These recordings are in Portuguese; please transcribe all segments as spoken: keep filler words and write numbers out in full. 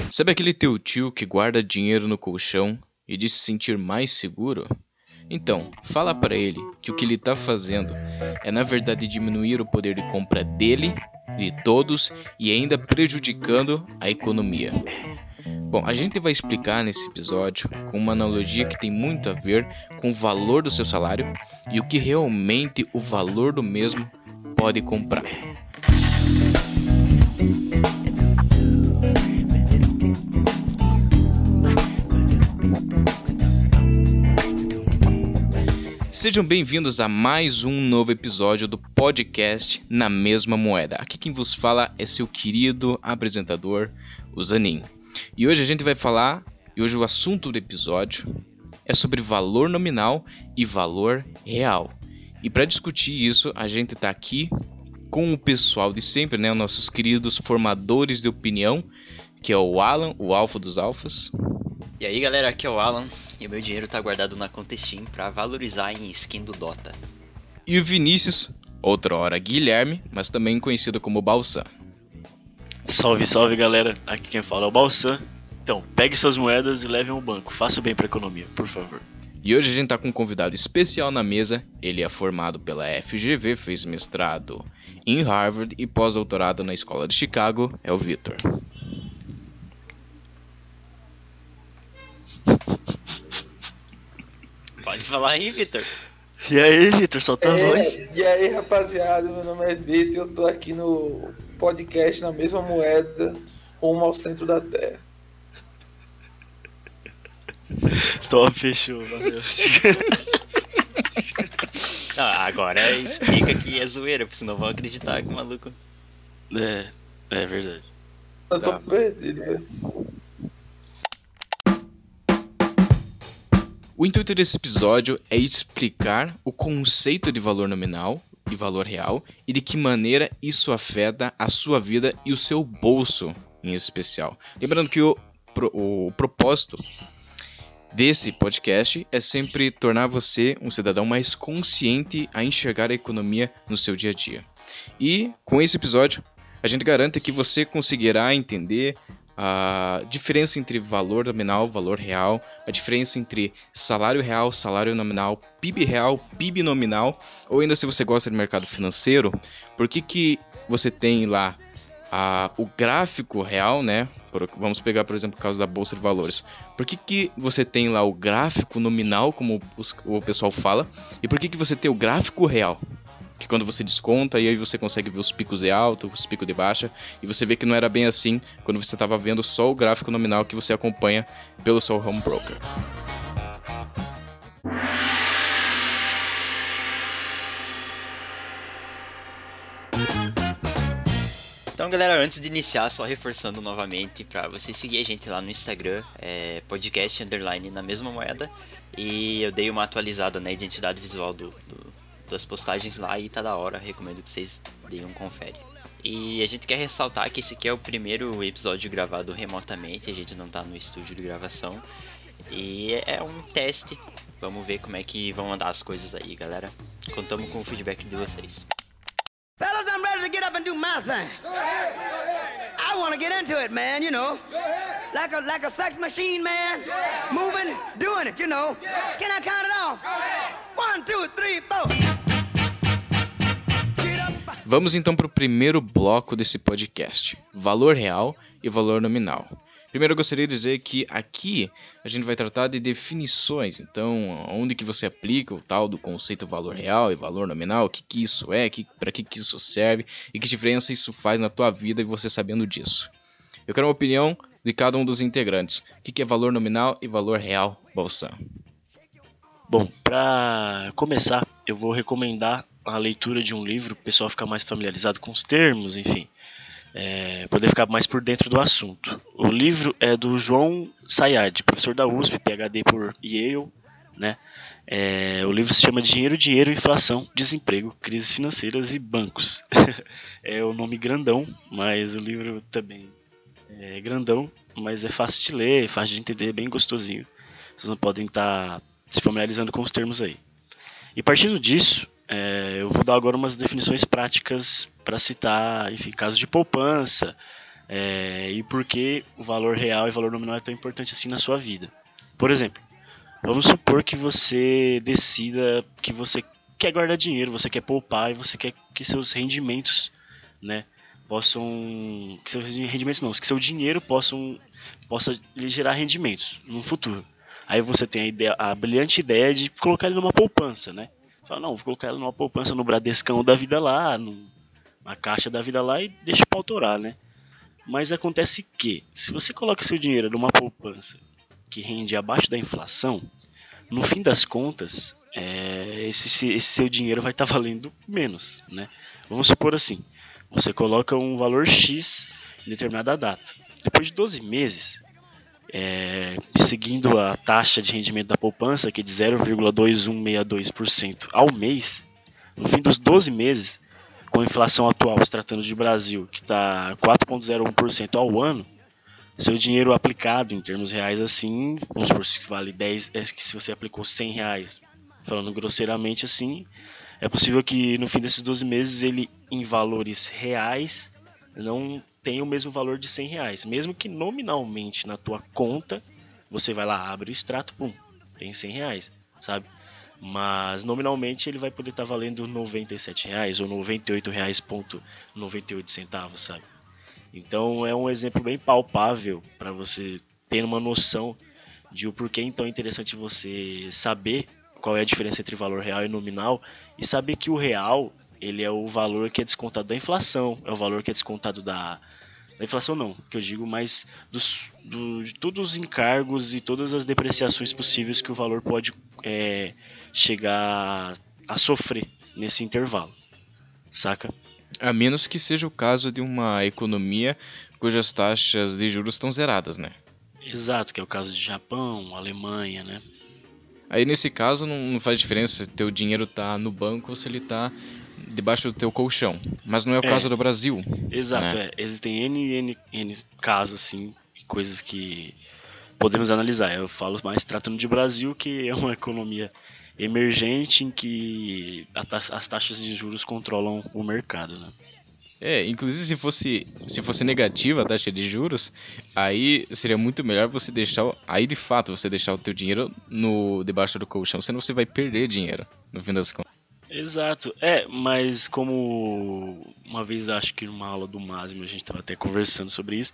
Sabe aquele teu tio que guarda dinheiro no colchão e diz se sentir mais seguro? Então, fala para ele que o que ele está fazendo é na verdade diminuir o poder de compra dele, de todos e ainda prejudicando a economia. Bom, a gente vai explicar nesse episódio com uma analogia que tem muito a ver com o valor do seu salário e o que realmente o valor do mesmo pode comprar. Sejam bem-vindos a mais um novo episódio do podcast Na Mesma Moeda. Aqui quem vos fala é seu querido apresentador, o Zanin. E hoje a gente vai falar, e hoje o assunto do episódio é sobre valor nominal e valor real. E para discutir isso, a gente está aqui com o pessoal de sempre, né, nossos queridos formadores de opinião, que é o Alan, o alfa dos alfas. E aí galera, aqui é o Alan e o meu dinheiro tá guardado na conta Steam pra valorizar em skin do Dota. E o Vinícius, outra hora Guilherme, mas também conhecido como Balsan. Salve, salve galera, aqui quem fala é o Balsan. Então, pegue suas moedas e leve ao banco, faça o bem pra economia, por favor. E hoje a gente tá com um convidado especial na mesa. Ele é formado pela F G V, fez mestrado em Harvard e pós-doutorado na Escola de Chicago, é o Vitor. Pode falar aí, Vitor. E aí, Vitor, solta a é, voz. E aí, rapaziada, meu nome é Vitor e eu tô aqui no podcast Na Mesma Moeda, rumo ao centro da Terra. Top, fechou, valeu. Ah, agora explica que é zoeira, porque senão vão acreditar que o maluco... É, é verdade. Eu tô Tá. perdido, velho. O intuito desse episódio é explicar o conceito de valor nominal e valor real e de que maneira isso afeta a sua vida e o seu bolso em especial. Lembrando que o, o propósito desse podcast é sempre tornar você um cidadão mais consciente a enxergar a economia no seu dia a dia. E com esse episódio, a gente garante que você conseguirá entender a diferença entre valor nominal e valor real, a diferença entre salário real, salário nominal, P I B real, P I B nominal, ou ainda se você gosta de mercado financeiro, por que que você tem lá a, o gráfico real, né? Por, vamos pegar, por exemplo, o caso da Bolsa de Valores. Por que que você tem lá o gráfico nominal, como os, o pessoal fala, e por que que você tem o gráfico real? Que quando você desconta, e aí você consegue ver os picos de alta, os picos de baixa, e você vê que não era bem assim quando você estava vendo só o gráfico nominal que você acompanha pelo seu home broker. Então galera, antes de iniciar, só reforçando novamente pra você seguir a gente lá no Instagram, é podcast underline na mesma moeda. E eu dei uma atualizada na identidade visual do, do, das postagens lá e tá da hora, recomendo que vocês deem um confere. E a gente quer ressaltar que esse aqui é o primeiro episódio gravado remotamente, a gente não tá no estúdio de gravação. E é um teste, vamos ver como é que vão andar as coisas aí galera. Contamos com o feedback de vocês. Fellas, I'm ready to get up and do my thing. Go ahead, go ahead. I want to get into it, man, you know. Go ahead. Like a like a sex machine, man. Yeah. Moving, doing it, you know. Yeah. Can I count it off? Go ahead. One, two, three, four. Get up. Vamos então para o primeiro bloco desse podcast, valor real e valor nominal. Primeiro eu gostaria de dizer que aqui a gente vai tratar de definições, então onde que você aplica o tal do conceito valor real e valor nominal, o que, que isso é, que, para que, que isso serve e que diferença isso faz na tua vida e você sabendo disso. Eu quero uma opinião de cada um dos integrantes. O que, que é valor nominal e valor real, Balsan? Bom, pra começar, eu vou recomendar a leitura de um livro, para o pessoal ficar mais familiarizado com os termos, enfim. É, poder ficar mais por dentro do assunto. O livro é do João Sayad, professor da U S P, P H D por Yale, né? É, o livro se chama Dinheiro, Dinheiro, Inflação, Desemprego, Crises Financeiras e Bancos. É o nome grandão, mas o livro também é grandão, mas é fácil de ler, fácil de entender, bem gostosinho. Vocês não podem estar se familiarizando com os termos aí. E partindo disso, é, eu vou dar agora umas definições práticas para citar, enfim, casos de poupança, É, e por que o valor real e o valor nominal é tão importante assim na sua vida. Por exemplo, vamos supor que você decida que você quer guardar dinheiro, você quer poupar e você quer que seus rendimentos, né, possam... Que seus rendimentos não, que seu dinheiro possam, possa lhe gerar rendimentos no futuro. Aí você tem a, ideia, a brilhante ideia de colocar ele numa poupança, né? Fala, não, vou colocar ele numa poupança no Bradescão da vida lá, no, na caixa da vida lá e deixa pra autorar, né? Mas acontece que, se você coloca seu dinheiro numa poupança que rende abaixo da inflação, no fim das contas, é, esse, esse seu dinheiro vai estar tá valendo menos, né? Vamos supor assim, você coloca um valor X em determinada data. Depois de doze meses, é, seguindo a taxa de rendimento da poupança, que é de zero vírgula dois um seis dois por cento ao mês, no fim dos doze meses, com a inflação atual, se tratando de Brasil, que está quatro vírgula zero um por cento ao ano, seu dinheiro aplicado em termos reais assim, vamos supor que vale dez, é que se você aplicou cem reais, falando grosseiramente assim, é possível que no fim desses doze meses ele, em valores reais, não tenha o mesmo valor de cem reais, mesmo que nominalmente na tua conta, você vai lá, abre o extrato, pum, tem cem reais, sabe? Mas nominalmente ele vai poder estar tá valendo noventa e sete reais ou noventa e oito reais e noventa e oito centavos, sabe? Então é um exemplo bem palpável para você ter uma noção de o porquê então é interessante você saber qual é a diferença entre valor real e nominal e saber que o real ele é o valor que é descontado da inflação, é o valor que é descontado da, da inflação não, que eu digo, mas dos, do, de todos os encargos e todas as depreciações possíveis que o valor pode é, chegar a sofrer nesse intervalo, saca? A menos que seja o caso de uma economia cujas taxas de juros estão zeradas, né? Exato, que é o caso de Japão, Alemanha, né? Aí nesse caso não faz diferença se teu dinheiro tá no banco ou se ele tá debaixo do teu colchão. Mas não é o é, caso do Brasil. Exato, né? é. Existem N, N, N casos, assim, coisas que podemos analisar. Eu falo mais tratando de Brasil, que é uma economia emergente em que as taxas de juros controlam o mercado, né? É, inclusive se fosse, se fosse negativa a taxa de juros, aí seria muito melhor você deixar, aí de fato você deixar o teu dinheiro no, debaixo do colchão, senão você vai perder dinheiro, no fim das contas. Exato, é, mas como uma vez acho que numa aula do Máximo a gente estava até conversando sobre isso,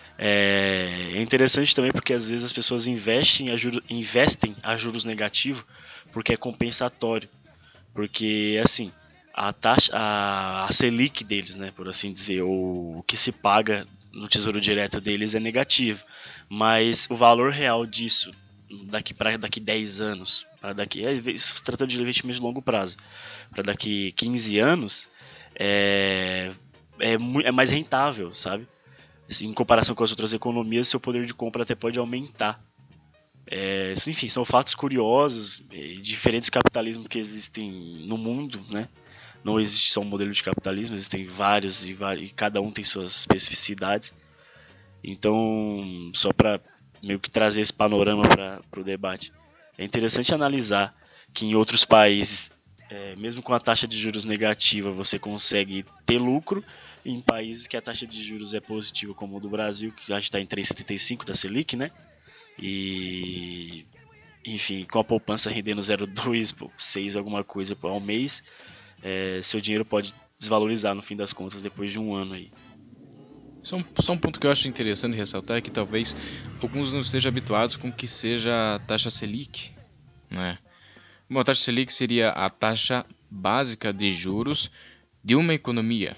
é, é interessante também porque às vezes as pessoas investem a juros, investem a juros negativos porque é compensatório, porque assim, a taxa, a, a Selic deles, né, por assim dizer, ou o que se paga no Tesouro Direto deles é negativo, mas o valor real disso daqui para daqui dez anos, para daqui, é, se tratando de investimento de longo prazo, para daqui quinze anos, é, é, é mais rentável, sabe? Em comparação com as outras economias, seu poder de compra até pode aumentar. É, enfim, são fatos curiosos, diferentes capitalismos que existem no mundo, né? Não existe só um modelo de capitalismo, existem vários e, vários, e cada um tem suas especificidades. Então, só para meio que trazer esse panorama para o debate, é interessante analisar que em outros países, é, mesmo com a taxa de juros negativa, você consegue ter lucro. Em países que a taxa de juros é positiva, como o do Brasil, que já está em três vírgula setenta e cinco da Selic, né? E, enfim, com a poupança rendendo zero vírgula dois, seis alguma coisa ao mês, é, seu dinheiro pode desvalorizar no fim das contas depois de um ano aí. Só um, só um ponto que eu acho interessante ressaltar é que talvez alguns não estejam habituados com que seja a taxa Selic, né? Bom, a taxa Selic seria a taxa básica de juros de uma economia.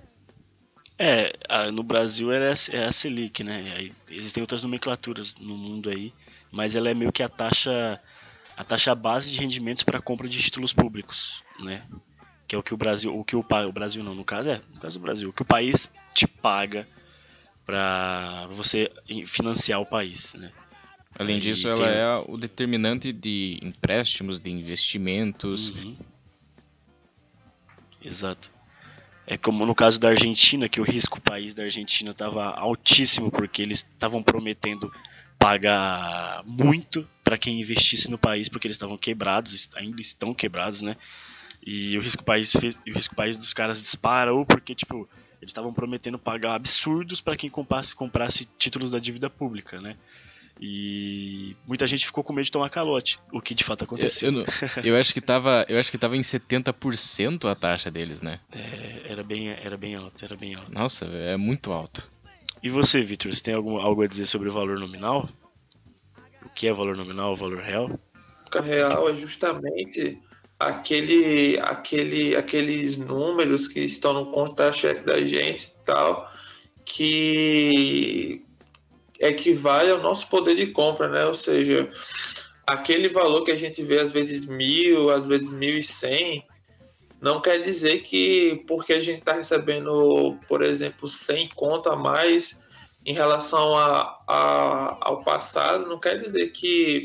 É, no Brasil é a Selic, né? Existem outras nomenclaturas no mundo aí, mas ela é meio que a taxa, a taxa base de rendimentos para compra de títulos públicos, né? Que é o que o Brasil, o que o, o Brasil não, no caso é, no caso do Brasil, o que o país te paga para você financiar o país, né? Além aí disso, ela tem... é o determinante de empréstimos, de investimentos. Uhum. Exato. É como no caso da Argentina, que o risco país da Argentina estava altíssimo, porque eles estavam prometendo pagar muito para quem investisse no país, porque eles estavam quebrados, ainda estão quebrados, né? E o risco país fez, o risco país dos caras disparou, porque tipo, Eles estavam prometendo pagar absurdos para quem comprasse, comprasse títulos da dívida pública, né? E muita gente ficou com medo de tomar calote, o que de fato aconteceu. Eu, eu, não, eu acho que tava, eu acho que tava em setenta por cento a taxa deles, né? É, era bem, era bem alto, era bem alto. Nossa, é muito alto. E você, Vitor, você tem algum, algo a dizer sobre o valor nominal? O que é valor nominal, o valor real? O real é justamente aquele, aquele, aqueles números que estão no contra-cheque da gente e tal, que equivale ao nosso poder de compra, né? Ou seja, aquele valor que a gente vê às vezes mil, às vezes mil e cem, não quer dizer que porque a gente está recebendo, por exemplo, cem conto a mais em relação a, a, ao passado, não quer dizer que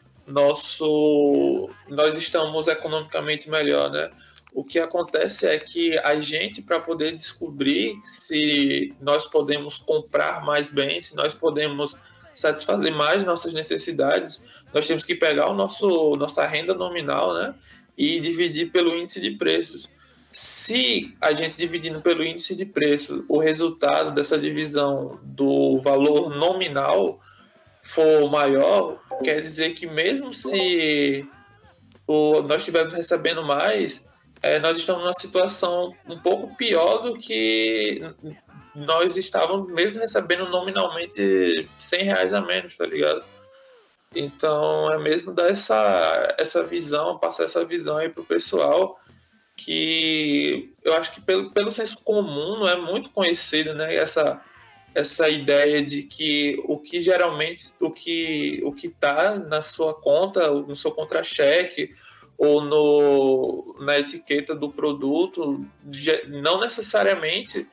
nosso, nós estamos economicamente melhor, né? O que acontece é que a gente, para poder descobrir se nós podemos comprar mais bens, se nós podemos satisfazer mais nossas necessidades, nós temos que pegar o nosso, nossa renda nominal, né, e dividir pelo índice de preços. Se a gente dividindo pelo índice de preços, o resultado dessa divisão do valor nominal for maior, quer dizer que mesmo se o, nós estivermos recebendo mais, É, nós estamos numa situação um pouco pior do que nós estávamos mesmo recebendo nominalmente cem reais a menos, tá ligado? Então é mesmo dar essa, essa visão, passar essa visão aí pro pessoal, que eu acho que pelo, pelo senso comum não é muito conhecido, né? Essa, essa ideia de que o que geralmente, o que o que tá na sua conta, no seu contra-cheque, ou no, na etiqueta do produto, não necessariamente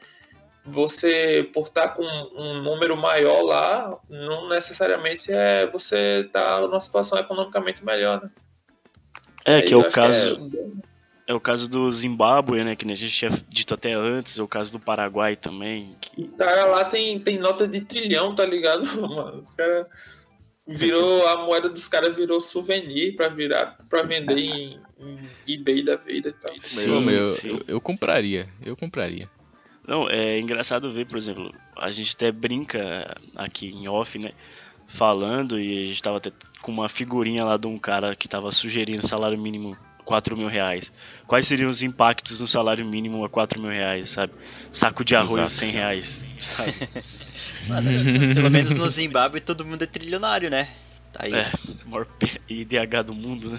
você, por estar com um número maior lá, não necessariamente é você estar numa situação economicamente melhor, né? É, que é o caso é... é o caso do Zimbábue, né, que a gente tinha dito até antes, é o caso do Paraguai também. Que... O cara lá tem, tem nota de trilhão, tá ligado, mano? Os caras... Virou, a moeda dos caras virou souvenir pra, virar, pra vender em, em eBay da vida e tal. Sim, eu, sim. Eu, eu compraria, eu compraria. Não, é engraçado ver, por exemplo, a gente até brinca aqui em off, né, falando, e a gente tava até com uma figurinha lá de um cara que tava sugerindo salário mínimo quatro mil reais. Quais seriam os impactos no salário mínimo a quatro mil reais, sabe? Saco de arroz, Exato. cem reais, sabe? Mano, pelo menos no Zimbábue todo mundo é trilionário, né? Tá aí. É, o maior I D H do mundo, né?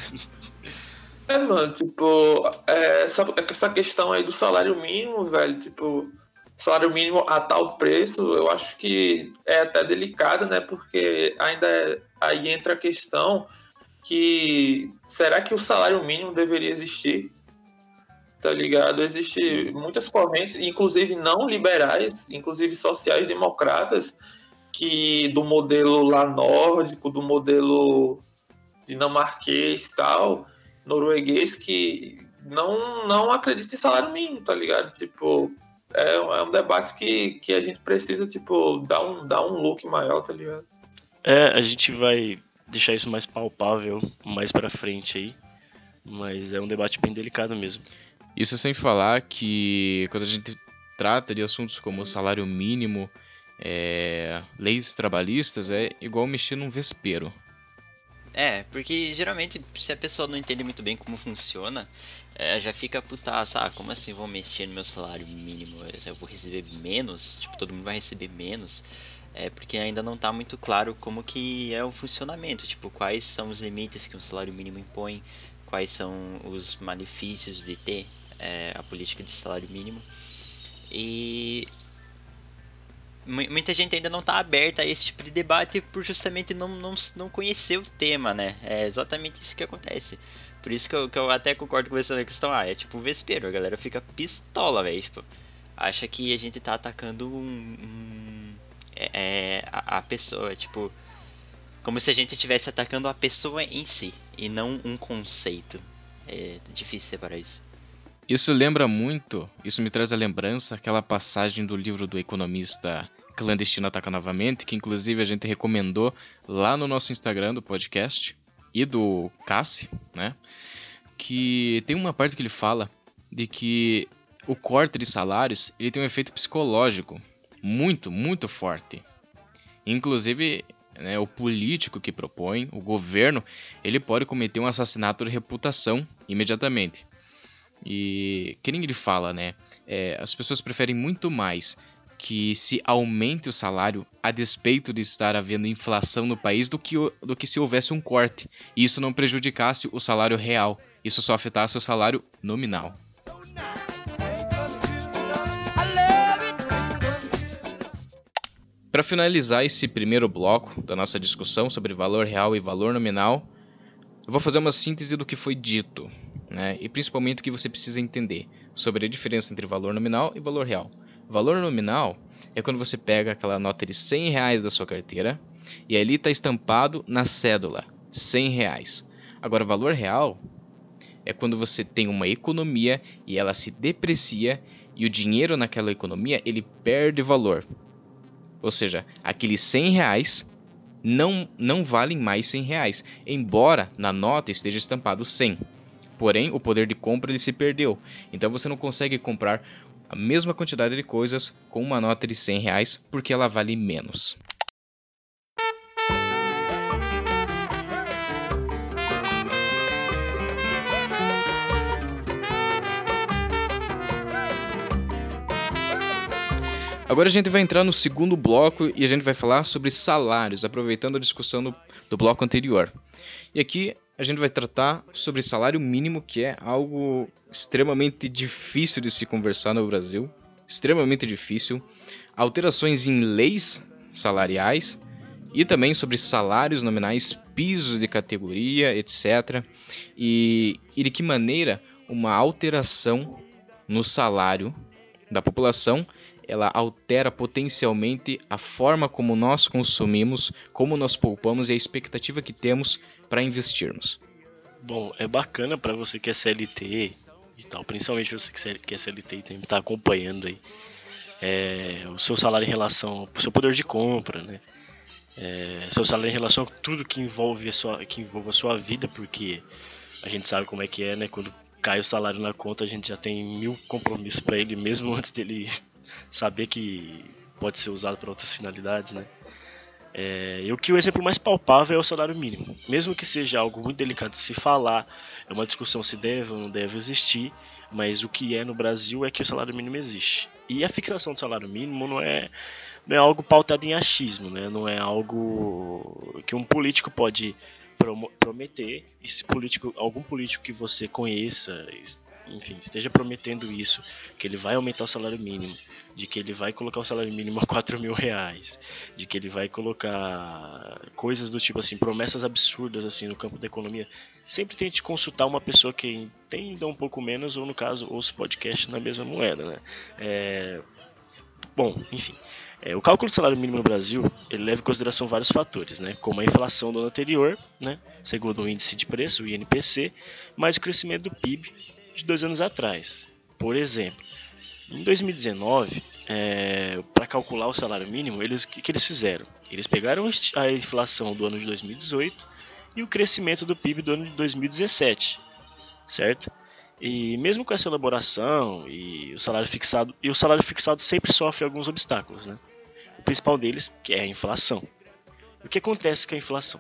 É, mano, tipo, é, essa, essa questão aí do salário mínimo, velho, tipo, salário mínimo a tal preço, eu acho que é até delicado, né? Porque ainda é, aí entra a questão que será que o salário mínimo deveria existir? Tá ligado? Existem muitas correntes, inclusive não liberais, inclusive sociais democratas, que do modelo lá nórdico, do modelo dinamarquês e tal, norueguês, que não, não acredita em salário mínimo, tá ligado? Tipo, é, é um debate que, que a gente precisa, tipo, dar um, dar um look maior, tá ligado? É, a gente vai deixar isso mais palpável mais pra frente aí, mas é um debate bem delicado mesmo. Isso sem falar que quando a gente trata de assuntos como salário mínimo, é, leis trabalhistas, é igual mexer num vespeiro. É, porque geralmente se a pessoa não entende muito bem como funciona, é, já fica putaça, ah, como assim vou mexer no meu salário mínimo? Eu vou receber menos? Tipo, todo mundo vai receber menos? É porque ainda não está muito claro como que é o funcionamento, tipo, quais são os limites que um salário mínimo impõe, quais são os malefícios de ter é, a política de salário mínimo. E muita gente ainda não está aberta a esse tipo de debate por justamente não, não, não conhecer o tema, né? É exatamente isso que acontece. Por isso que eu, que eu até concordo com você na questão, ah, é tipo um vespeiro, a galera fica pistola, velho, tipo, acha que a gente tá atacando um... um é, é, a, a pessoa, tipo, como se a gente estivesse atacando a pessoa em si e não um conceito. É difícil separar isso. Isso lembra muito, isso me traz a lembrança, aquela passagem do livro do economista Clandestino Ataca Novamente, que inclusive a gente recomendou lá no nosso Instagram do podcast e do Cassi, né? Que tem uma parte que ele fala de que o corte de salários ele tem um efeito psicológico muito, muito forte. Inclusive, né, o político que propõe, o governo, ele pode cometer um assassinato de reputação imediatamente. E que nem ele fala, né? É, as pessoas preferem muito mais que se aumente o salário a despeito de estar havendo inflação no país do que, do que se houvesse um corte. E isso não prejudicasse o salário real, isso só afetasse o salário nominal. Para finalizar esse primeiro bloco da nossa discussão sobre valor real e valor nominal, eu vou fazer uma síntese do que foi dito, né? E principalmente o que você precisa entender sobre a diferença entre valor nominal e valor real. Valor nominal é quando você pega aquela nota de cem reais da sua carteira e ali está estampado na cédula cem reais. Agora, valor real é quando você tem uma economia e ela se deprecia e o dinheiro naquela economia ele perde valor. Ou seja, aqueles cem reais não, não valem mais cem reais, embora na nota esteja estampado cem. Porém, o poder de compra ele se perdeu. Então você não consegue comprar a mesma quantidade de coisas com uma nota de cem reais porque ela vale menos. Agora a gente vai entrar no segundo bloco e a gente vai falar sobre salários, aproveitando a discussão do, do bloco anterior. E aqui a gente vai tratar sobre salário mínimo, que é algo extremamente difícil de se conversar no Brasil, extremamente difícil, alterações em leis salariais e também sobre salários nominais, pisos de categoria, etcétera. E, e de que maneira uma alteração no salário da população ela altera potencialmente a forma como nós consumimos, como nós poupamos e a expectativa que temos para investirmos. Bom, é bacana para você que é C L T e tal, principalmente você que é C L T e tem que estar acompanhando aí é, o seu salário em relação ao seu poder de compra, né? É, seu salário em relação a tudo que envolve a sua, que envolve a sua vida, porque a gente sabe como é que é, né? Quando cai o salário na conta, a gente já tem mil compromissos para ele, mesmo antes dele saber que pode ser usado para outras finalidades, né? É, e o que o exemplo mais palpável é o salário mínimo. Mesmo que seja algo muito delicado de se falar, é uma discussão se deve ou não deve existir, mas o que é no Brasil é que o salário mínimo existe. E a fixação do salário mínimo não é, não é algo pautado em achismo, né? Não é algo que um político pode prometer, e se político, algum político que você conheça, enfim, esteja prometendo isso, que ele vai aumentar o salário mínimo, de que ele vai colocar o salário mínimo a quatro mil reais, de que ele vai colocar coisas do tipo assim, promessas absurdas assim no campo da economia, sempre tente consultar uma pessoa que entenda um pouco menos, ou no caso, ouça podcast na mesma moeda, né? É... Bom, enfim, é, o cálculo do salário mínimo no Brasil, ele leva em consideração vários fatores, né? Como a inflação do ano anterior, né? Segundo o índice de preço, o I N P C, mais o crescimento do P I B de dois anos atrás. Por exemplo, em dois mil e dezenove, é, para calcular o salário mínimo, eles, o que, que eles fizeram? Eles pegaram a inflação do ano de dois mil e dezoito e o crescimento do P I B do ano de dois mil e dezessete, certo? E mesmo com essa elaboração e o salário fixado, e o salário fixado sempre sofre alguns obstáculos, né? O principal deles que é a inflação. O que acontece com a inflação?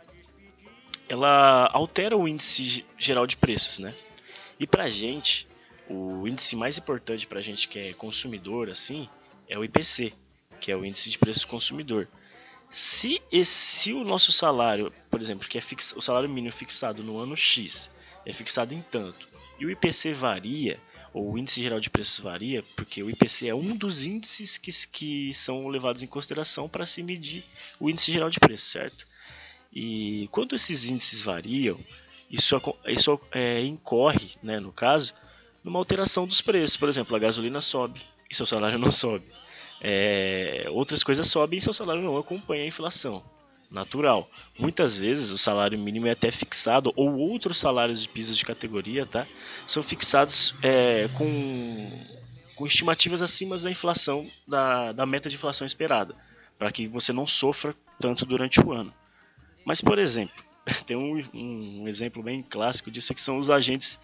Ela altera o índice geral de preços, né? E pra gente, o índice mais importante pra gente que é consumidor, assim, é o I P C, que é o índice de preço do consumidor. Se, esse, se o nosso salário, por exemplo, que é fix, o salário mínimo fixado no ano X, é fixado em tanto, e o I P C varia, ou o índice geral de preços varia, porque o I P C é um dos índices que, que são levados em consideração para se medir o índice geral de preços, certo? E quando esses índices variam, isso, isso é, incorre, né, no caso, numa alteração dos preços. Por exemplo, a gasolina sobe e seu salário não sobe. É, outras coisas sobem e seu salário não acompanha a inflação. Natural. Muitas vezes o salário mínimo é até fixado, ou outros salários de pisos de categoria, tá, são fixados é, com, com estimativas acima da inflação, da, da meta de inflação esperada, para que você não sofra tanto durante o ano. Mas, por exemplo, tem um, um exemplo bem clássico disso, que são os agentes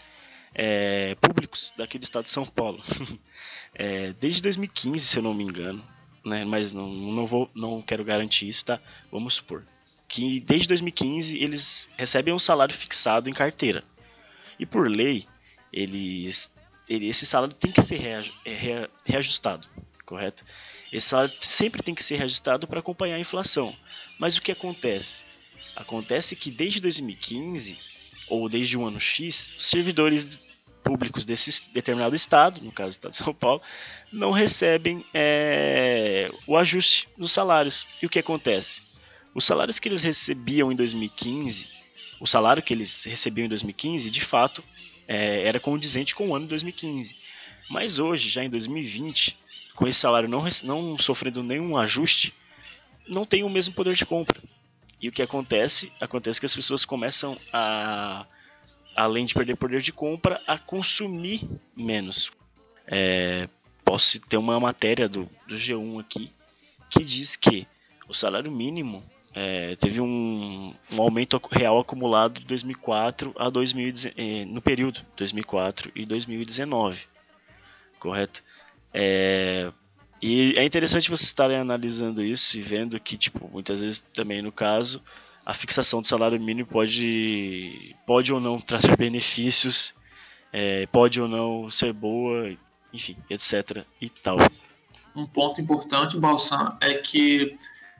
é, públicos daqui do estado de São Paulo. é, desde dois mil e quinze, se eu não me engano, né, mas não, não, vou, não quero garantir isso, tá? Vamos supor que desde dois mil e quinze eles recebem um salário fixado em carteira. E por lei, eles, ele, esse salário tem que ser rea, rea, reajustado, correto? Esse salário sempre tem que ser reajustado para acompanhar a inflação. Mas o que acontece? Acontece que desde dois mil e quinze, ou desde o ano X, os servidores públicos desse determinado estado, no caso do estado de São Paulo, não recebem é, o ajuste nos salários. E o que acontece? Os salários que eles recebiam em dois mil e quinze, o salário que eles recebiam em dois mil e quinze, de fato, é, era condizente com o ano de dois mil e quinze. Mas hoje, já em dois mil e vinte, com esse salário não, não sofrendo nenhum ajuste, não tem o mesmo poder de compra. E o que acontece? Acontece que as pessoas começam a, além de perder poder de compra, a consumir menos. É, posso ter uma matéria do, do G um aqui que diz que o salário mínimo é, teve um, um aumento real acumulado de dois mil e quatro a dois mil e dezenove, no período dois mil e quatro e dois mil e dezenove, correto? É, e é interessante vocês estarem analisando isso e vendo que, tipo, muitas vezes também no caso, a fixação do salário mínimo pode, pode ou não trazer benefícios, é, pode ou não ser boa, enfim, etc e tal. Um ponto importante, Balsan, é que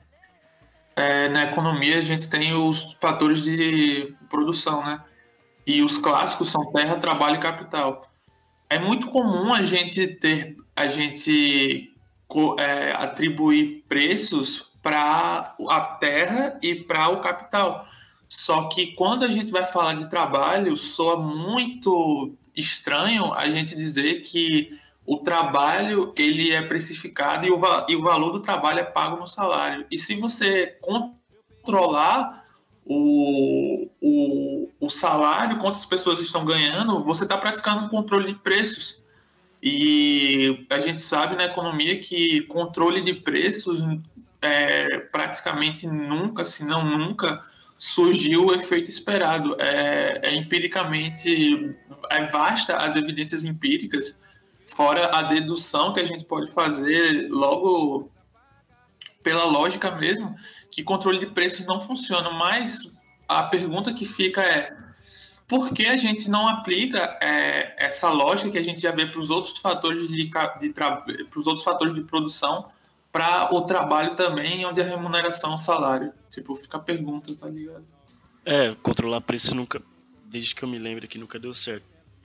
é, na economia a gente tem os fatores de produção, né? E os clássicos são terra, trabalho e capital. É muito comum a gente ter, a gente é, atribuir preços para a terra e para o capital. Só que quando a gente vai falar de trabalho, soa muito estranho a gente dizer que o trabalho ele é precificado e o, e o valor do trabalho é pago no salário. E se você controlar o, o, o salário, quantas pessoas estão ganhando, você está praticando um controle de preços. E a gente sabe na economia que controle de preços é, praticamente nunca, se não nunca, surgiu o efeito esperado. É, é empiricamente, é vasta as evidências empíricas, fora a dedução que a gente pode fazer logo pela lógica mesmo, que controle de preços não funciona. Mas a pergunta que fica é: por que a gente não aplica é, essa lógica que a gente já vê para os outros fatores de, de para os outros fatores de produção para o trabalho também, onde a remuneração é o salário? Tipo, fica a pergunta, tá ligado? É, controlar preço nunca, desde que eu me lembro que nunca deu certo.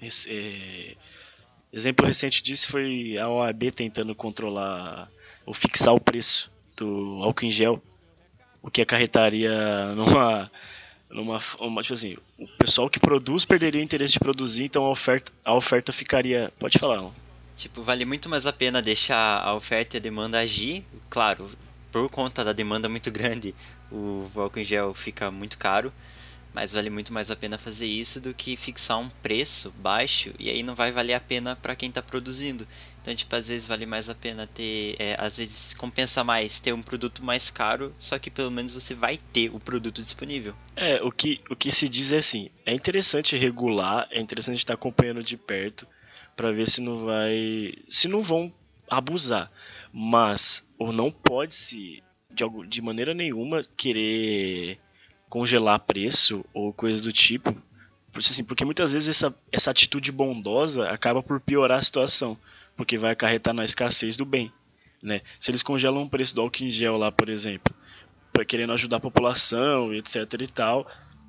É, exemplo recente disso foi a O A B tentando controlar ou fixar o preço do álcool em gel, o que acarretaria numa, numa uma, tipo assim, o pessoal que produz perderia o interesse de produzir, então a oferta, a oferta ficaria... Pode falar, não? Tipo, vale muito mais a pena deixar a oferta e a demanda agir. Claro, por conta da demanda muito grande, o álcool em gel fica muito caro, mas vale muito mais a pena fazer isso do que fixar um preço baixo, e aí não vai valer a pena para quem está produzindo. Então, tipo, às vezes vale mais a pena ter, é, às vezes compensa mais ter um produto mais caro, só que pelo menos você vai ter o produto disponível. É, o que, o que se diz é assim, é interessante regular, é interessante estar acompanhando de perto para ver se não vai, se não vão abusar, mas ou não pode se de, de maneira nenhuma querer congelar preço ou coisa do tipo, porque, assim, porque muitas vezes essa, essa atitude bondosa acaba por piorar a situação, porque vai acarretar na escassez do bem, né? Se eles congelam o preço do álcool em gel lá, por exemplo, querendo ajudar a população, etc e tal,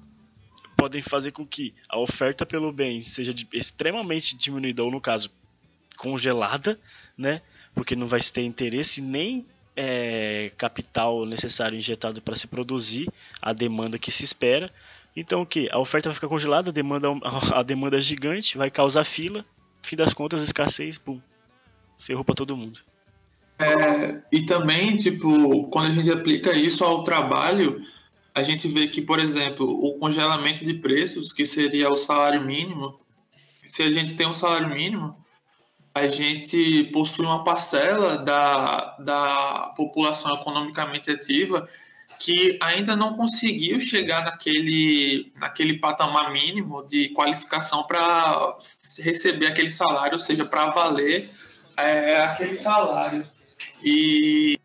podem fazer com que a oferta pelo bem seja de, extremamente diminuída, ou no caso, congelada, né? Porque não vai ter interesse nem é, capital necessário injetado para se produzir a demanda que se espera. Então o que? A oferta vai ficar congelada, a demanda, a demanda é gigante, vai causar fila, fim das contas, escassez, pum, ferrou para todo mundo. É, e também, tipo, quando a gente aplica isso ao trabalho, a gente vê que, por exemplo, o congelamento de preços, que seria o salário mínimo, se a gente tem um salário mínimo, a gente possui uma parcela da, da população economicamente ativa que ainda não conseguiu chegar naquele, naquele patamar mínimo de qualificação para receber aquele salário, ou seja, para valer é, aquele salário. E,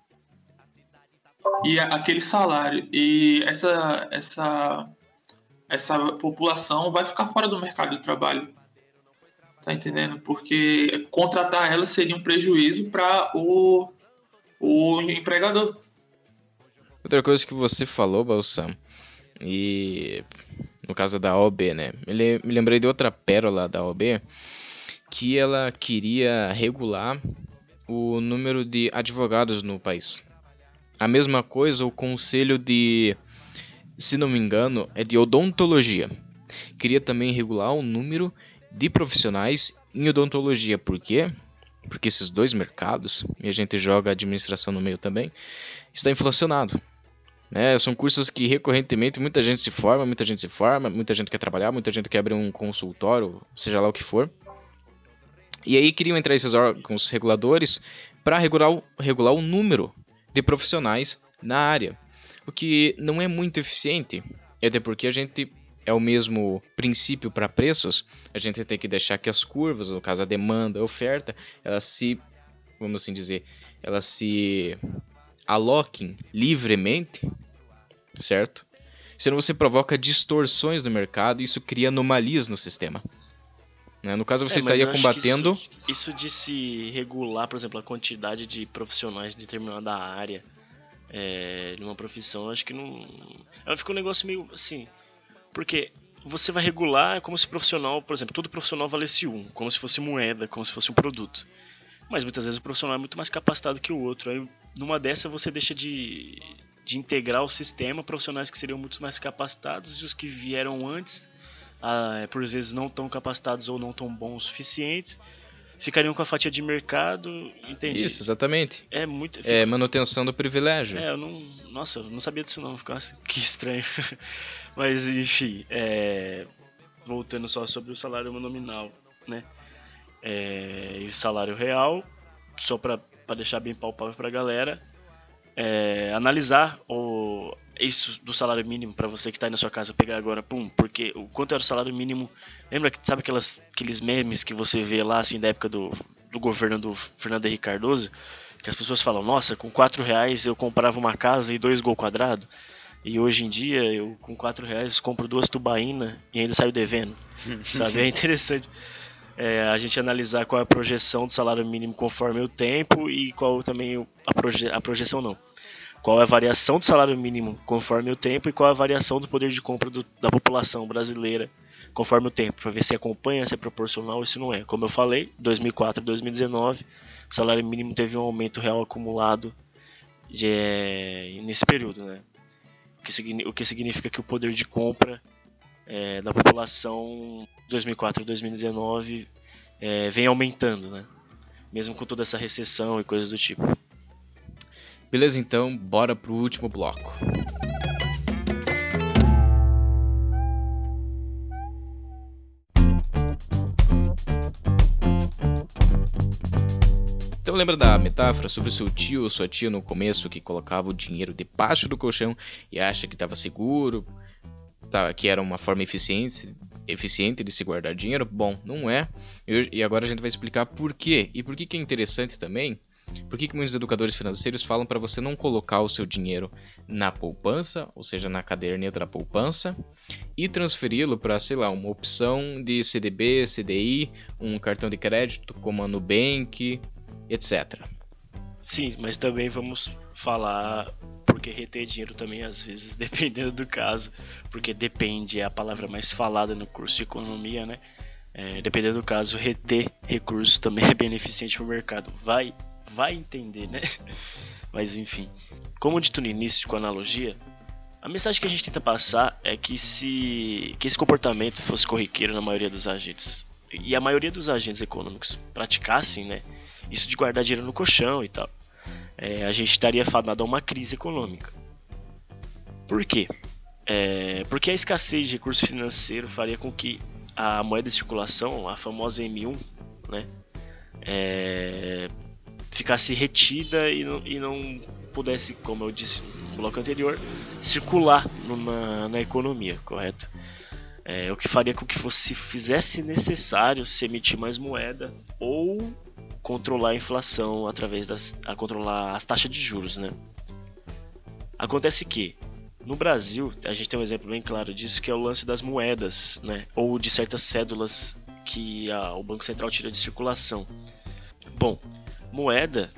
e aquele salário. E essa, essa, essa população vai ficar fora do mercado de trabalho. Tá entendendo? Porque contratar ela seria um prejuízo para o, o empregador. Outra coisa que você falou, Balsam, e no caso da O A B, né? Me lembrei de outra pérola da O A B, que ela queria regular o número de advogados no país. A mesma coisa o conselho de, se não me engano, é de odontologia. Queria também regular o número de profissionais em odontologia. Por quê? Porque esses dois mercados, e a gente joga a administração no meio também, está inflacionado. Né? São cursos que recorrentemente muita gente se forma, muita gente se forma, muita gente quer trabalhar, muita gente quer abrir um consultório, seja lá o que for. E aí queriam entrar esses órgãos reguladores para regular, regular o número de profissionais na área, o que não é muito eficiente, até porque a gente é o mesmo princípio para preços, a gente tem que deixar que as curvas, no caso a demanda, a oferta, elas se, vamos assim dizer, elas se aloquem livremente, certo? Senão você provoca distorções no mercado e isso cria anomalias no sistema. Né? No caso, você é, estaria combatendo... Isso, isso de se regular, por exemplo, a quantidade de profissionais de determinada área, é, de uma profissão, eu acho que não... Ela fica um negócio meio assim... Porque você vai regular como se profissional, por exemplo, todo profissional valesse um, como se fosse moeda, como se fosse um produto. Mas muitas vezes o profissional é muito mais capacitado que o outro. Aí numa dessa você deixa de, de integrar o sistema, profissionais que seriam muito mais capacitados e os que vieram antes, ah, por vezes não tão capacitados ou não tão bons o suficientes, ficariam com a fatia de mercado, entende? Isso, exatamente. É muito... É manutenção do privilégio. É, eu não... Nossa, eu não sabia disso não, nossa, que estranho. Mas, enfim, é... voltando só sobre o salário nominal, né? É... E o salário real, só para deixar bem palpável pra galera, é... analisar o... isso do salário mínimo para você que tá aí na sua casa pegar agora, pum, porque o quanto era o salário mínimo, lembra que sabe aquelas, aqueles memes que você vê lá, assim, da época do, do governo do Fernando Henrique Cardoso, que as pessoas falam, nossa, com quatro reais eu comprava uma casa e dois gol quadrado, e hoje em dia eu com quatro reais compro duas tubaína e ainda saio devendo, sabe, é interessante. É, a gente analisar qual é a projeção do salário mínimo conforme o tempo e qual também a, proje- a projeção não. Qual é a variação do salário mínimo conforme o tempo e qual é a variação do poder de compra do, da população brasileira conforme o tempo, para ver se acompanha, se é proporcional ou se não é. Como eu falei, dois mil e quatro a dois mil e dezenove, o salário mínimo teve um aumento real acumulado de, é, nesse período, né? O que, o que significa que o poder de compra é, da população dois mil e quatro a dois mil e dezenove é, vem aumentando, né? Mesmo com toda essa recessão e coisas do tipo. Beleza, então, bora pro último bloco. Então lembra da metáfora sobre o seu tio ou sua tia no começo que colocava o dinheiro debaixo do colchão e acha que estava seguro, tá, que era uma forma eficiente, eficiente de se guardar dinheiro? Bom, não é. E agora a gente vai explicar por quê. E por que, que é interessante também. Por que, que muitos educadores financeiros falam para você não colocar o seu dinheiro na poupança, ou seja, na caderneta da poupança, e transferi-lo para, sei lá, uma opção de C D B, C D I, um cartão de crédito como a Nubank, etcétera. Sim, mas também vamos falar porque reter dinheiro também, às vezes, dependendo do caso, porque depende é a palavra mais falada no curso de economia, né? É, dependendo do caso, reter recursos também é beneficente para o mercado. Vai vai entender, né? Mas enfim, como dito no início com a analogia, a mensagem que a gente tenta passar é que se que esse comportamento fosse corriqueiro na maioria dos agentes, e a maioria dos agentes econômicos praticassem, né, isso de guardar dinheiro no colchão e tal, é, a gente estaria fadado a uma crise econômica. Por quê? É, porque a escassez de recurso financeiro faria com que a moeda de circulação, a famosa M um, né, é, ficasse retida e não, e não pudesse, como eu disse bloco anterior, circular numa, na economia, correto? É, o que faria com que fosse, se fizesse necessário se emitir mais moeda ou controlar a inflação através das, a controlar as taxas de juros, né? Acontece que no Brasil a gente tem um exemplo bem claro disso, que é o lance das moedas, né? Ou de certas cédulas que a, o Banco Central tira de circulação. Bom, moeda,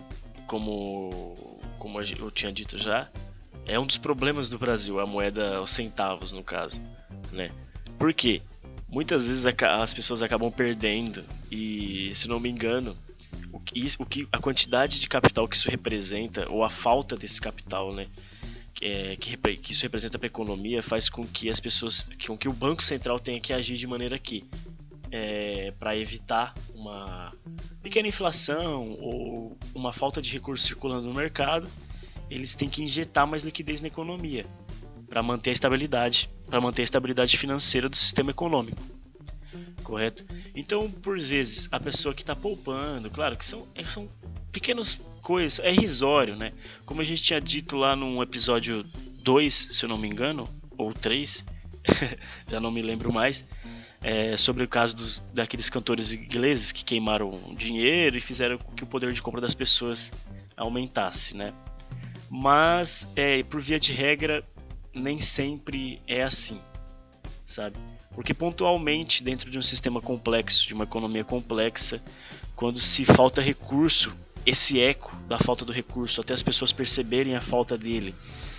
como, como eu tinha dito já, é um dos problemas do Brasil, a moeda, os centavos no caso, né? Por quê? Muitas vezes as pessoas acabam perdendo e, se não me engano, o que, o que, a quantidade de capital que isso representa, ou a falta desse capital, né, é, que, que isso representa para a economia, faz com que as pessoas, com que o Banco Central tenha que agir de maneira que, é, para evitar uma pequena inflação ou uma falta de recursos circulando no mercado, eles têm que injetar mais liquidez na economia para manter a estabilidade, para manter a estabilidade financeira do sistema econômico, correto? Então, por vezes, a pessoa que está poupando, claro que são, são pequenas coisas, é irrisório, né? Como a gente tinha dito lá no episódio dois, se eu não me engano, ou três, já não me lembro mais, é, sobre o caso dos, daqueles cantores ingleses que queimaram dinheiro e fizeram com que o poder de compra das pessoas aumentasse, né? Mas, é, por via de regra, nem sempre é assim, sabe? Porque pontualmente, dentro de um sistema complexo, de uma economia complexa, quando se falta recurso, esse eco da falta do recurso, até as pessoas perceberem a falta dele,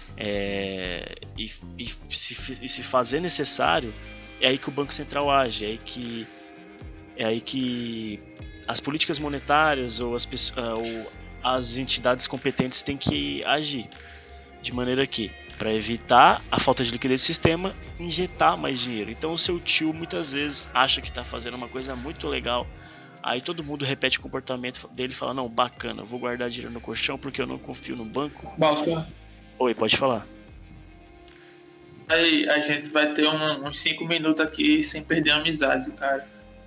é, e, e, se, e se fazer necessário, é aí que o Banco Central age, é aí que, é aí que as políticas monetárias ou as, ou as entidades competentes têm que agir, de maneira que, para evitar a falta de liquidez do sistema, injetar mais dinheiro. Então o seu tio muitas vezes acha que está fazendo uma coisa muito legal, aí todo mundo repete o comportamento dele e fala, não, bacana, eu vou guardar dinheiro no colchão porque eu não confio no banco. Balsa. Oi, pode falar. Aí a gente vai ter um, uns cinco minutos aqui sem perder a amizade, cara.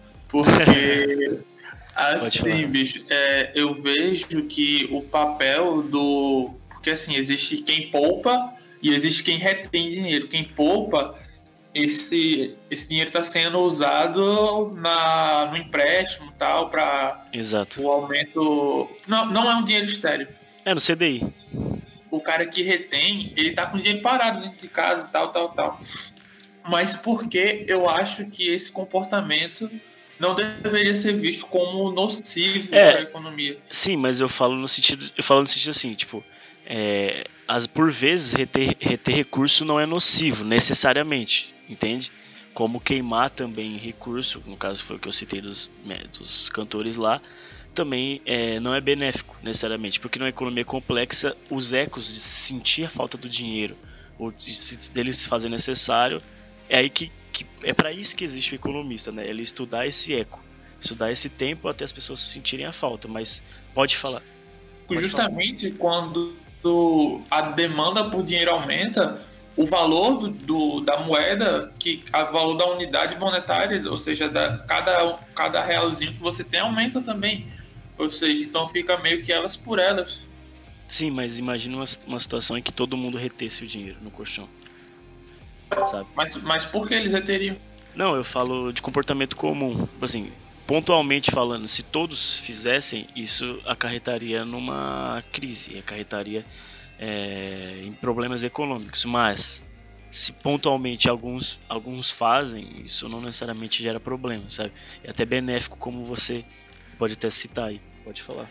Porque assim, bicho, é, eu vejo que o papel do... Porque assim, existe quem poupa e existe quem retém dinheiro. Quem poupa, esse, esse dinheiro está sendo usado na, no empréstimo e tal, para o aumento... Não, não é um dinheiro estéril. É no C D I. O cara que retém, ele tá com dinheiro parado dentro de casa e tal, tal, tal. Mas porque eu acho que esse comportamento não deveria ser visto como nocivo é, para a economia. Sim, mas eu falo no sentido, eu falo no sentido assim, tipo... É, as, por vezes reter, reter recurso não é nocivo necessariamente, entende? Como queimar também recurso, no caso foi o que eu citei dos, dos cantores lá, também é, não é benéfico necessariamente, porque numa economia complexa os ecos de sentir a falta do dinheiro ou de se, dele se fazer necessário, é aí que, que é para isso que existe o economista, né? Ele estudar esse eco, estudar esse tempo até as pessoas sentirem a falta. Mas pode falar. Pode Justamente falar. Quando a demanda por dinheiro aumenta, o valor do, do, da moeda, que o valor da unidade monetária, ou seja, da, cada, cada realzinho que você tem aumenta também. Ou seja, então fica meio que elas por elas. Sim, mas imagina uma, uma situação em que todo mundo retesse o dinheiro no colchão, sabe? Mas, mas por que eles reteriam? Não, eu falo de comportamento comum, assim... Pontualmente falando, se todos fizessem, isso acarretaria numa crise, acarretaria é, em problemas econômicos. Mas, se pontualmente alguns, alguns fazem, isso não necessariamente gera problema, sabe? É até benéfico, como você pode até citar aí. Pode falar.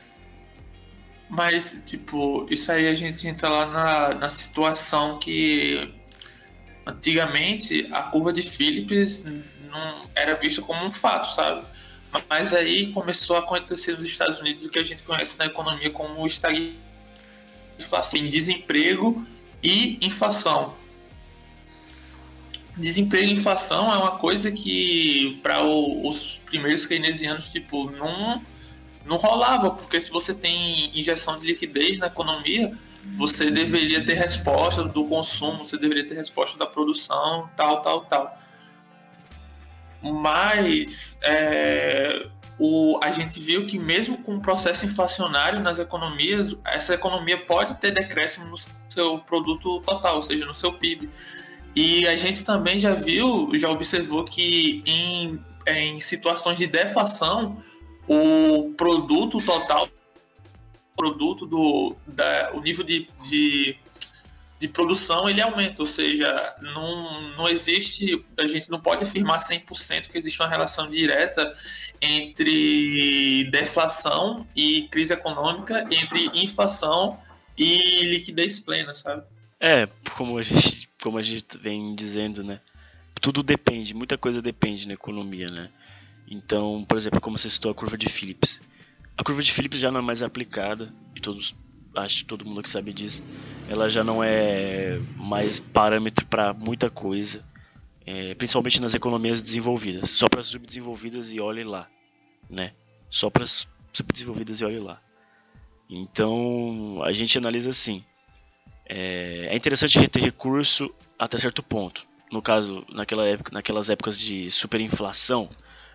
Mas, tipo, isso aí a gente entra lá na, na situação que antigamente a curva de Phillips não era vista como um fato, sabe? Mas aí começou a acontecer nos Estados Unidos o que a gente conhece na economia como estagnação, desemprego e inflação. Desemprego e inflação é uma coisa que para os primeiros keynesianos tipo, não, não rolava, porque se você tem injeção de liquidez na economia, você deveria ter resposta do consumo, você deveria ter resposta da produção, tal, tal, tal. Mas é, o, a gente viu que mesmo com o processo inflacionário nas economias, essa economia pode ter decréscimo no seu produto total, ou seja, no seu P I B. E a gente também já viu, já observou que em, em situações de deflação, o produto total, produto do, da, o nível de, de, de produção, ele aumenta, ou seja, não, não existe, a gente não pode afirmar cem por cento que existe uma relação direta entre deflação e crise econômica, entre inflação e liquidez plena, sabe? É, como a gente, como a gente vem dizendo, né? Tudo depende, muita coisa depende na economia, né? Então, por exemplo, como você citou a curva de Phillips. A curva de Phillips já não é mais aplicada, e todos, acho que todo mundo que sabe disso, ela já não é mais parâmetro para muita coisa, é, principalmente nas economias desenvolvidas. Só para subdesenvolvidas e olhe lá, né? Só para subdesenvolvidas e olhe lá. Então, a gente analisa assim. É, é interessante reter recurso até certo ponto. No caso, naquela época, naquelas épocas de superinflação,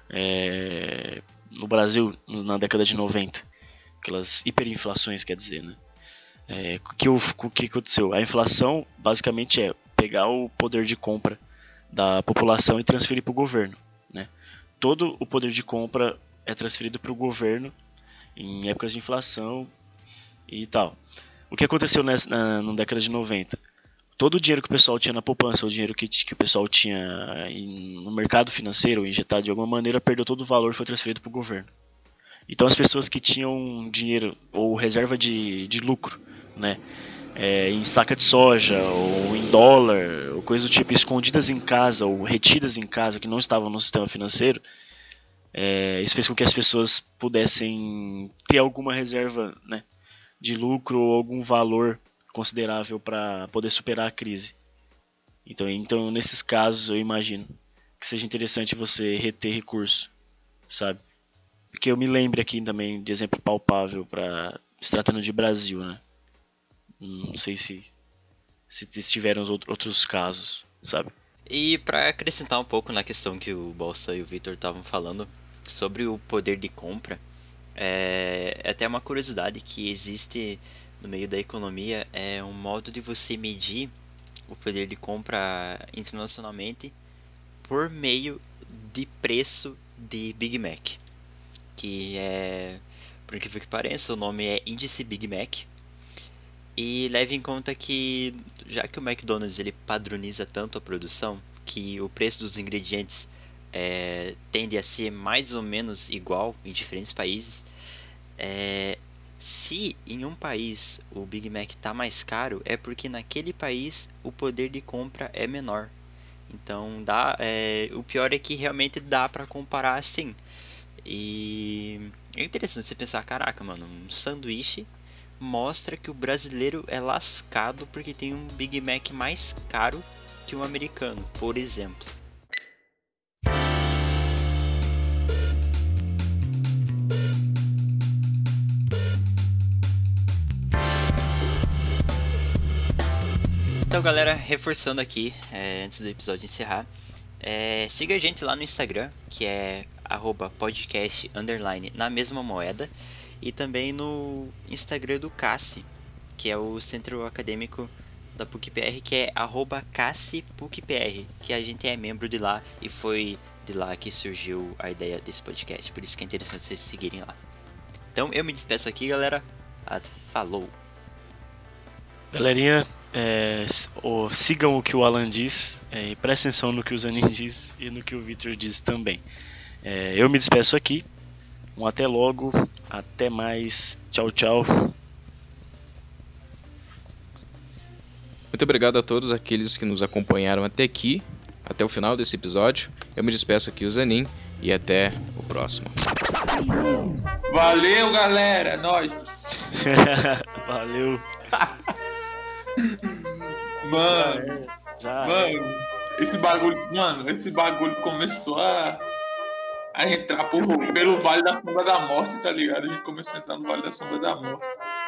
é, no Brasil, na década de noventa, aquelas hiperinflações, quer dizer, né? É, que, o que aconteceu? A inflação, basicamente, é pegar o poder de compra da população e transferir para o governo, né? Todo o poder de compra é transferido para o governo em épocas de inflação e tal. O que aconteceu nessa, na, na década de noventa? Todo o dinheiro que o pessoal tinha na poupança, o dinheiro que, que o pessoal tinha em, no mercado financeiro, injetado de alguma maneira, perdeu todo o valor e foi transferido para o governo. Então as pessoas que tinham dinheiro ou reserva de, de lucro, né, é, em saca de soja ou em dólar, ou coisa do tipo, escondidas em casa ou retidas em casa, que não estavam no sistema financeiro, é, isso fez com que as pessoas pudessem ter alguma reserva, né, de lucro ou algum valor considerável para poder superar a crise. Então, então, nesses casos, eu imagino que seja interessante você reter recurso, sabe? Porque eu me lembro aqui também de exemplo palpável para se tratando de Brasil, né? Não sei se se tiveram outros casos, sabe? E para acrescentar um pouco na questão que o Bolsa e o Victor estavam falando sobre o poder de compra, é, é até uma curiosidade que existe no meio da economia, é um modo de você medir o poder de compra internacionalmente por meio de preço de Big Mac, que é, por incrível que pareça, o nome é Índice Big Mac. E leve em conta que, já que o McDonald's ele padroniza tanto a produção, que o preço dos ingredientes é, tende a ser mais ou menos igual em diferentes países, é, se em um país o Big Mac está mais caro, é porque naquele país o poder de compra é menor. Então dá, é, o pior é que realmente dá para comparar assim. E é interessante você pensar, caraca, mano, um sanduíche mostra que o brasileiro é lascado porque tem um Big Mac mais caro que um americano, por exemplo. Então, galera, reforçando aqui, é, antes do episódio encerrar, é, siga a gente lá no Instagram, que é arroba podcast underline na mesma moeda, e também no Instagram do Cassi, que é o Centro Acadêmico da P U C P R, que é arroba Cassi P U C P R, que a gente é membro de lá e foi de lá que surgiu a ideia desse podcast, por isso que é interessante vocês seguirem lá. Então eu me despeço aqui, galera, falou! Galerinha, é, oh, sigam o que o Alan diz, é, e prestem atenção no que o Zanin diz e no que o Victor diz também. É, eu me despeço aqui, um até logo, até mais, tchau, tchau. Muito obrigado a todos aqueles que nos acompanharam até aqui, até o final desse episódio. Eu me despeço aqui, o Zanin, e até o próximo. Valeu, galera, é nóis. Valeu. Mano, Já é. mano, esse bagulho, mano, esse bagulho começou a, a entrar por, pelo Vale da Sombra da Morte, tá ligado? A gente começou a entrar no Vale da Sombra da Morte.